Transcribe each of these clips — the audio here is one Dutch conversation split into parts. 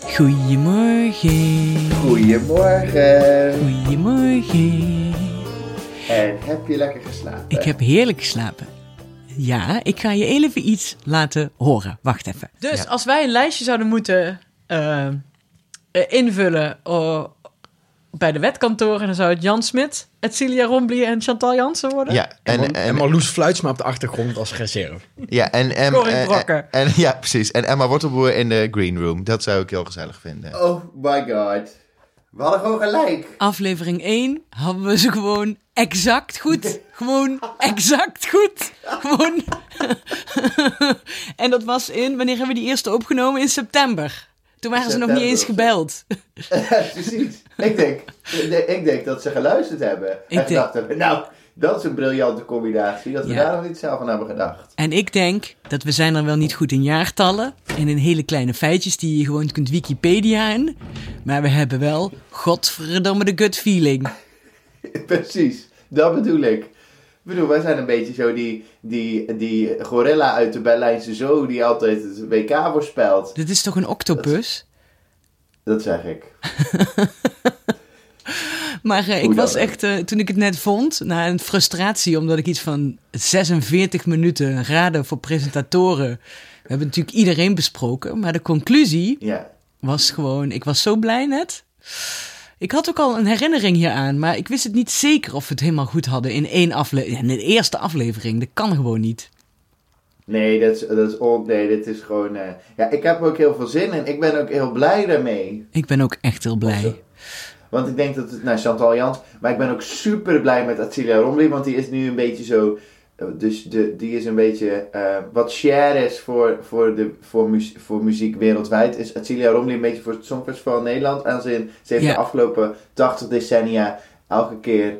Goedemorgen. Goedemorgen. Goedemorgen. En heb je lekker geslapen? Ik heb heerlijk geslapen. Ja, ik ga je even iets laten horen. Wacht even. Dus als wij een lijstje zouden moeten invullen bij de wetkantoren, dan zou het Jan Smit, Edcilia Rombly en Chantal Jansen worden. Ja, En Marloes Fluitsma op de achtergrond als reserve. Ja, Corinne Brokker. Ja, precies. En Emma Wortelboer in de green room. Dat zou ik heel gezellig vinden. Oh my god. We hadden gewoon gelijk. Aflevering 1 hadden we ze gewoon exact goed. Gewoon exact goed. Gewoon. En dat was wanneer hebben we die eerste opgenomen? In september. Toen waren ze nog niet eens gebeld. Precies. Ik denk dat ze geluisterd hebben. En gedacht hebben, nou, dat is een briljante combinatie. Dat we daar nog niet zelf aan hebben gedacht. En ik denk dat we zijn dan wel niet goed in jaartallen. En in hele kleine feitjes die je gewoon kunt Wikipedia in. Maar we hebben wel, godverdomme, de gut feeling. Precies. Dat bedoel ik. Ik bedoel, wij zijn een beetje zo die gorilla uit de Berlijnse Zoo die altijd het WK voorspelt. Dit is toch een octopus? Dat zeg ik. Maar ik was echt, toen ik het net vond, na een frustratie, omdat ik iets van 46 minuten raden voor presentatoren. We hebben natuurlijk iedereen besproken, maar de conclusie was gewoon, ik was zo blij net. Ik had ook al een herinnering hieraan, maar ik wist het niet zeker of we het helemaal goed hadden in in de eerste aflevering. Dat kan gewoon niet. Nee, dit is gewoon... ik heb er ook heel veel zin in. Ik ben ook heel blij daarmee. Ik ben ook echt heel blij. Want ik denk dat het... Chantal Jans... Maar ik ben ook super blij met Edcilia Rombly. Want die is nu een beetje zo... Dus die is een beetje... wat Cher is voor muziek wereldwijd... is Edcilia Rombly een beetje voor het Songfestival Nederland. En ze heeft de afgelopen 80 decennia... elke keer...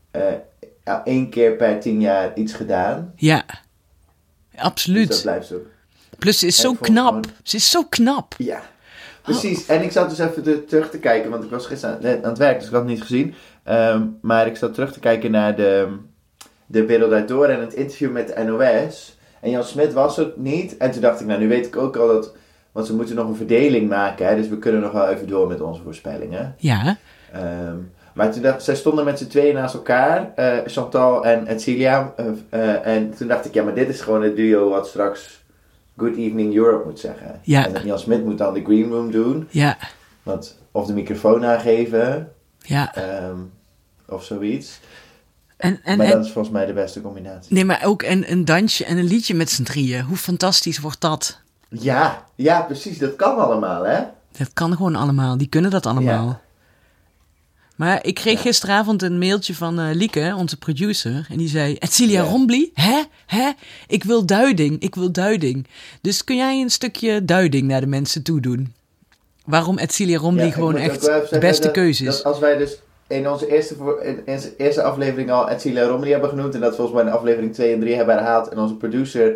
1 keer per 10 jaar iets gedaan. Ja. Absoluut. Dus dat blijft zo. Plus ze is zo knap. Gewoon... Ze is zo knap. Ja. Precies, en ik zat dus even terug te kijken, want ik was gisteren aan het werk, dus ik had het niet gezien. Maar ik zat terug te kijken naar de Wereld Draait Door en het interview met de NOS. En Jan Smit was er niet. En toen dacht ik, nu weet ik ook al dat... Want ze moeten nog een verdeling maken, hè, dus we kunnen nog wel even door met onze voorspellingen. Ja. Maar toen zij stonden met z'n tweeën naast elkaar, Chantal en Edcilia. En toen dacht ik, maar dit is gewoon het duo wat straks... Good Evening Europe moet zeggen. Ja. En Jan Smit moet dan de green room doen. Ja. Of de microfoon aangeven. Ja. Of zoiets. Maar dat is volgens mij de beste combinatie. Nee, maar ook een dansje en een liedje met z'n drieën. Hoe fantastisch wordt dat? Ja, precies. Dat kan allemaal, hè? Dat kan gewoon allemaal. Die kunnen dat allemaal. Ja. Maar ik kreeg gisteravond een mailtje van Lieke, onze producer. En die zei, Edcilia Rombly? Hè? Ik wil duiding. Dus kun jij een stukje duiding naar de mensen toe doen? Waarom Edcilia Rombly gewoon echt de beste keuze is. Dat als wij dus in onze eerste aflevering al Edcilia Rombly hebben genoemd... en dat volgens mij in aflevering 2 en 3 hebben herhaald... en onze producer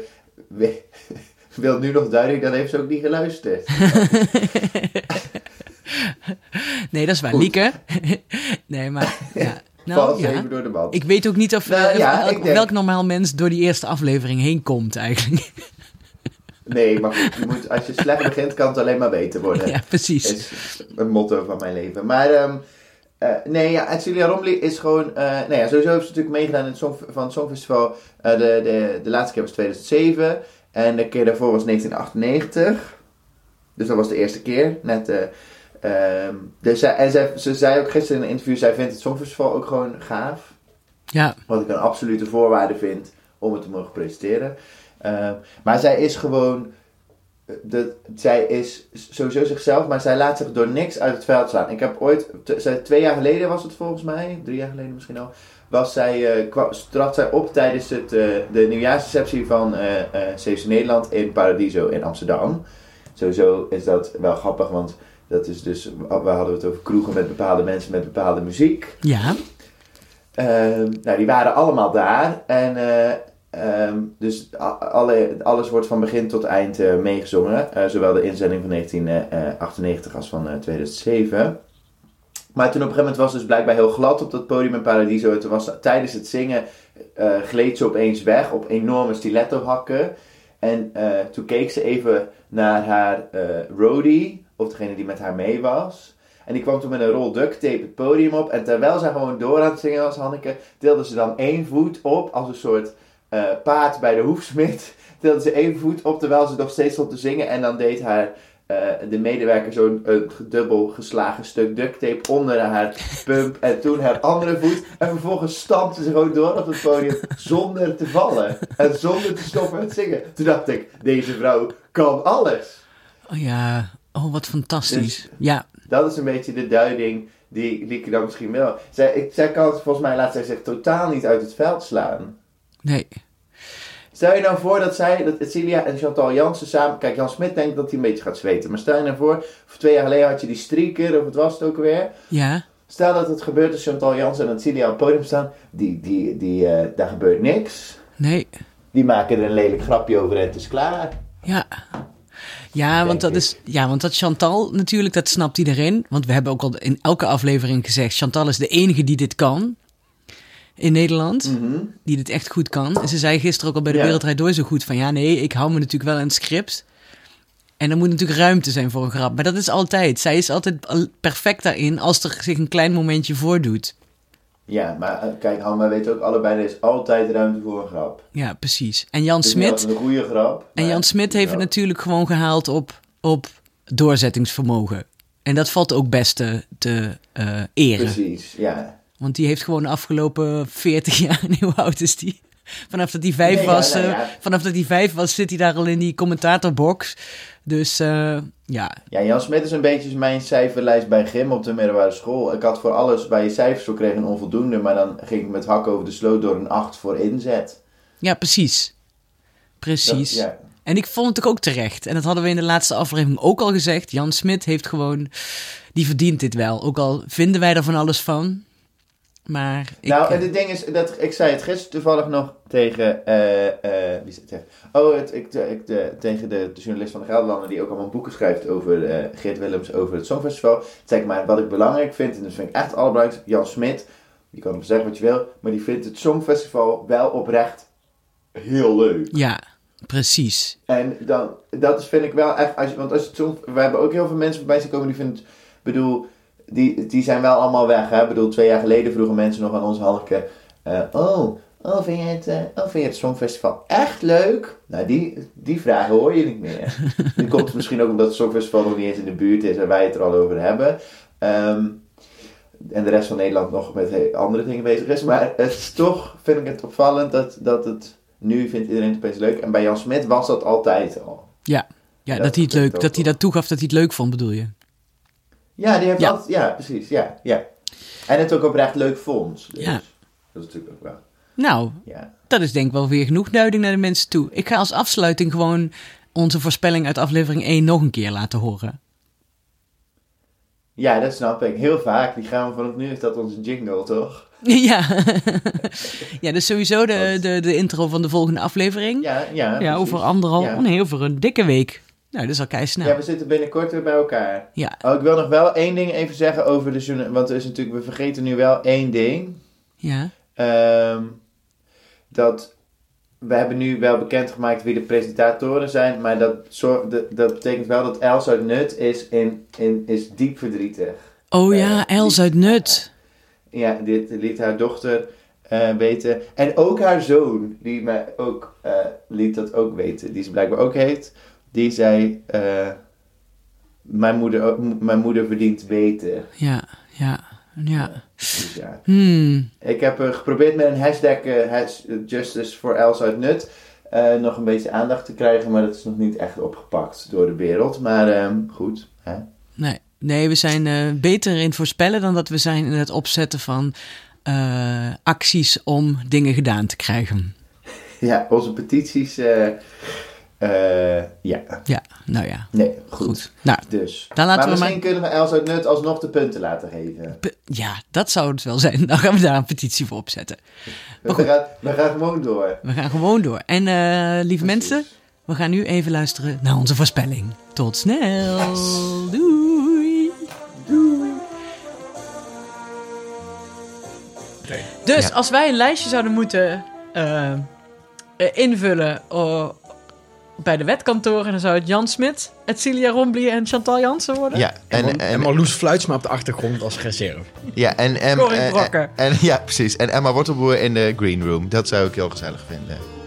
wil nu nog duiding, dan heeft ze ook niet geluisterd. Nee, dat is waar. Goed. Lieke. Nee, maar... Ja. Nou, even door de band. Ik weet ook niet of welk normaal mens door die eerste aflevering heen komt eigenlijk. Nee, maar goed, je moet, als je slecht begint, kan het alleen maar beter worden. Ja, precies. Dat is een motto van mijn leven. Maar Edcilia Rombly is gewoon... sowieso heeft ze natuurlijk meegedaan in het Songfestival. De laatste keer was 2007. En de keer daarvoor was 1998. Dus dat was de eerste keer. Net... ze zei ook gisteren in een interview, zij vindt het Songfestival ook gewoon gaaf. Ja. Wat ik een absolute voorwaarde vind om het te mogen presenteren. Maar zij is gewoon, zij is sowieso zichzelf, maar zij laat zich door niks uit het veld slaan. Ik heb ooit, 2 jaar geleden was het volgens mij, 3 jaar geleden misschien al, trad zij op tijdens de nieuwjaarsreceptie van CFC Nederland in Paradiso in Amsterdam. Sowieso is dat wel grappig, want... Dat is dus, we hadden het over kroegen met bepaalde mensen met bepaalde muziek. Ja. Die waren allemaal daar. En dus alles wordt van begin tot eind meegezongen. Zowel de inzending van 1998 als van 2007. Maar toen op een gegeven moment was het dus blijkbaar heel glad op dat podium in Paradiso. En toen was tijdens het zingen gleed ze opeens weg op enorme stiletto hakken. En toen keek ze even naar haar roadie. of degene die met haar mee was. En die kwam toen met een rol duct tape het podium op. En terwijl zij gewoon door aan het zingen was, Hanneke, tilde ze dan 1 voet op als een soort paard bij de hoefsmid. Tilde ze 1 voet op terwijl ze nog steeds stond te zingen. En dan deed de medewerker zo'n dubbel geslagen stuk duct tape onder haar pump. En toen haar andere voet. En vervolgens stampte ze gewoon door op het podium zonder te vallen. En zonder te stoppen met zingen. Toen dacht ik, deze vrouw kan alles. Oh ja, wat fantastisch. Dus, ja. Dat is een beetje de duiding die ik dan misschien wil. Zij kan het volgens mij, laat zij zich totaal niet uit het veld slaan. Nee. Stel je nou voor dat Celia en Chantal Jansen samen... Kijk, Jan Smit denkt dat hij een beetje gaat zweten. Maar stel je nou voor 2 jaar geleden had je die streaker, of wat was het ook alweer? Ja. Stel dat het gebeurt dat Chantal Jansen en Celia op het podium staan. Daar gebeurt niks. Nee. Die maken er een lelijk grapje over en het is klaar. Ja. Ja, want dat Chantal natuurlijk, dat snapt iedereen. Want we hebben ook al in elke aflevering gezegd... Chantal is de enige die dit kan in Nederland. Mm-hmm. Die dit echt goed kan. En ze zei gisteren ook al bij de Wereld Draait Door zo goed van... Ja, nee, ik hou me natuurlijk wel aan het script. En er moet natuurlijk ruimte zijn voor een grap. Maar dat is altijd. Zij is altijd perfect daarin als er zich een klein momentje voordoet. Ja, maar kijk, Hanna weet ook allebei, er is altijd ruimte voor een grap. Ja, precies. En Jan Smit... een goede grap. En Jan Smit heeft het natuurlijk gewoon gehaald op doorzettingsvermogen. En dat valt ook best te eren. Precies, ja. Want die heeft gewoon de afgelopen 40 jaar... Hoe oud is die? Vanaf dat hij 5 was... Vanaf dat hij 5 was, zit hij daar al in die commentatorbox. Dus, ja. Ja, Jan Smit is een beetje mijn cijferlijst bij gym op de middelbare school. Ik had voor alles bij je cijfers voor kreeg een onvoldoende... maar dan ging ik met hak over de sloot door een 8 voor inzet. Ja, precies. Precies. Ja. En ik vond het ook terecht. En dat hadden we in de laatste aflevering ook al gezegd. Jan Smit heeft gewoon... Die verdient dit wel. Ook al vinden wij er van alles van... Maar en het ding is, dat ik zei het gisteren toevallig nog tegen, wie zei het? Tegen de journalist van de Gelderlander die ook allemaal boeken schrijft over Geert Willems over het Songfestival. Toen zei ik maar, wat ik belangrijk vind, en dat vind ik echt het allerbelangrijkste, Jan Smit, je kan hem zeggen wat je wil, maar die vindt het Songfestival wel oprecht heel leuk. Ja, precies. En dan, vind ik wel echt, we hebben ook heel veel mensen voorbij zien komen die vinden het, Die zijn wel allemaal weg, hè. Ik bedoel, 2 jaar geleden vroegen mensen nog aan ons Hanneke... vind je het Songfestival echt leuk? Nou, die vragen hoor je niet meer. Nu komt het misschien ook omdat het Songfestival nog niet eens in de buurt is... en wij het er al over hebben. En de rest van Nederland nog met andere dingen bezig is. Maar het is toch, vind ik het opvallend dat het... Nu vindt iedereen het opeens leuk. En bij Jan Smit was dat altijd al. Ja dat hij het leuk... Dat hij dat toegaf dat hij het leuk vond, bedoel je? Ja, die heeft altijd... Ja, precies. Ja. En het ook oprecht leuk vond. Dus dat is natuurlijk ook wel... Nou, dat is denk ik wel weer genoeg duiding naar de mensen toe. Ik ga als afsluiting gewoon onze voorspelling uit aflevering 1 nog een keer laten horen. Ja, dat snap ik. Heel vaak. Die gaan we vanaf nu, is dat onze jingle, toch? Ja, dus sowieso de intro van de volgende aflevering. Ja, over een dikke week. Nou, dat is al keisnel. Ja, we zitten binnenkort weer bij elkaar. Ja. Oh, ik wil nog wel 1 ding even zeggen over de journalist. Want er is natuurlijk, we vergeten nu wel 1 ding. Ja. Dat we hebben nu wel bekendgemaakt wie de presentatoren zijn. Maar dat betekent wel dat Els uit Nut is diep verdrietig. Oh ja, Els uit Nut. Ja, dit liet haar dochter weten. En ook haar zoon, die mij ook liet dat ook weten. Die ze blijkbaar ook heeft. Die zei, mijn moeder verdient weten. Ja. Dus ja. Ik heb geprobeerd met een hashtag Justice for Els uit Nut nog een beetje aandacht te krijgen, maar dat is nog niet echt opgepakt door de wereld. Maar goed. Hè? Nee, we zijn beter in voorspellen dan dat we zijn in het opzetten van acties om dingen gedaan te krijgen. Ja, onze petities... Ja, nou ja. Nee, goed. Nou, dus. Dan laten maar misschien kunnen we Els uit Nut alsnog de punten laten geven. Ja, dat zou het wel zijn. Dan gaan we daar een petitie voor opzetten. We gaan gewoon door. We gaan gewoon door. En lieve mensen, we gaan nu even luisteren naar onze voorspelling. Tot snel. Yes. Doei. Dus als wij een lijstje zouden moeten invullen bij de wetkantoren. En dan zou het Jan Smit, Celia Rombly en Chantal Jansen worden. Ja, En Marloes Fluitsma op de achtergrond als reserve. Ja, Corrie Brokken. ja, precies. En Emma Wortelboer in de green room. Dat zou ik heel gezellig vinden.